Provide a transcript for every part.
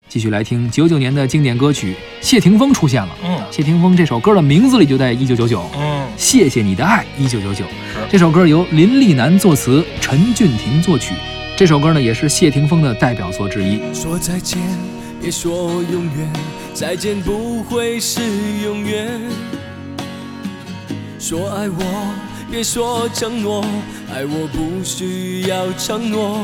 继续来听99年的经典歌曲，谢霆锋出现了。谢霆锋这首歌的名字里就带1999。谢谢你的爱，1999。这首歌由林立南作词，陈俊廷作曲。这首歌呢，也是谢霆锋的代表作之一。 说再见，别说永远，再见不会是永远。说爱我，别说承诺，爱我不需要承诺。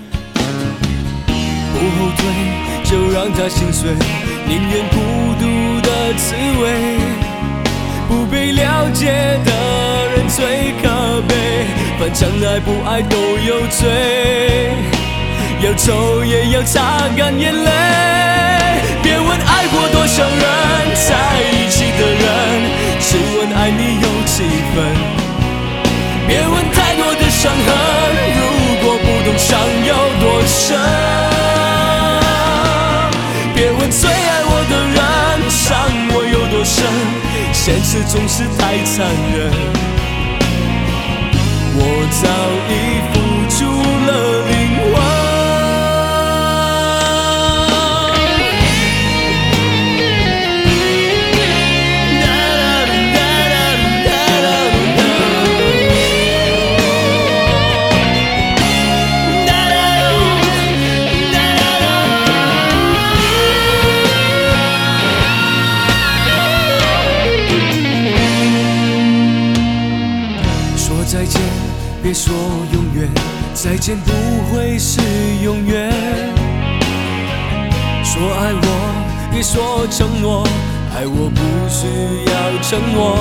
不后退，就让他心碎，宁愿孤独的滋味。不被了解的人最可悲，反正爱不爱都有罪，要走也要擦干眼泪。别问爱过多少人，在一起的人，只问爱你有几分。别问太多的伤痕，如果不懂伤有多深。别问最爱我的人，伤我有多深，现实总是太残忍。我早已付出了灵魂。再见，别说永远，再见不会是永远。说爱我，别说承诺，爱我不需要承诺。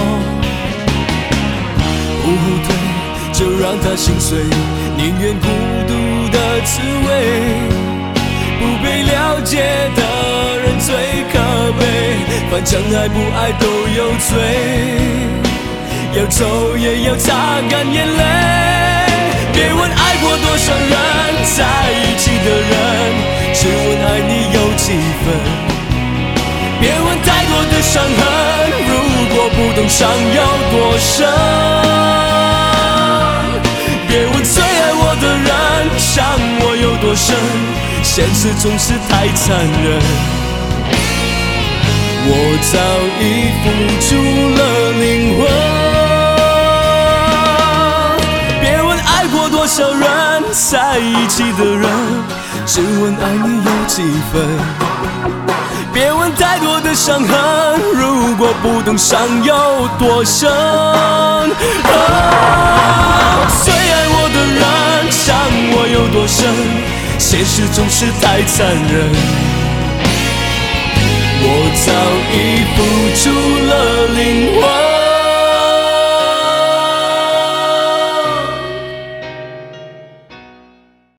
不后退，就让他心碎，宁愿孤独的滋味。不被了解的人最可悲，反正爱不爱都有罪，要走也要擦干眼泪。别问爱过多少人，在一起的人，只问爱你有几分。别问太多的伤痕，如果不懂伤有多深。别问最爱我的人，伤我有多深，现实总是太残忍。我早已付出了灵魂。多少人在一起的人，只问爱你有几分。别问太多的伤痕，如果不懂伤有多深。最爱我的人，伤我有多深，现实总是太残忍。我早已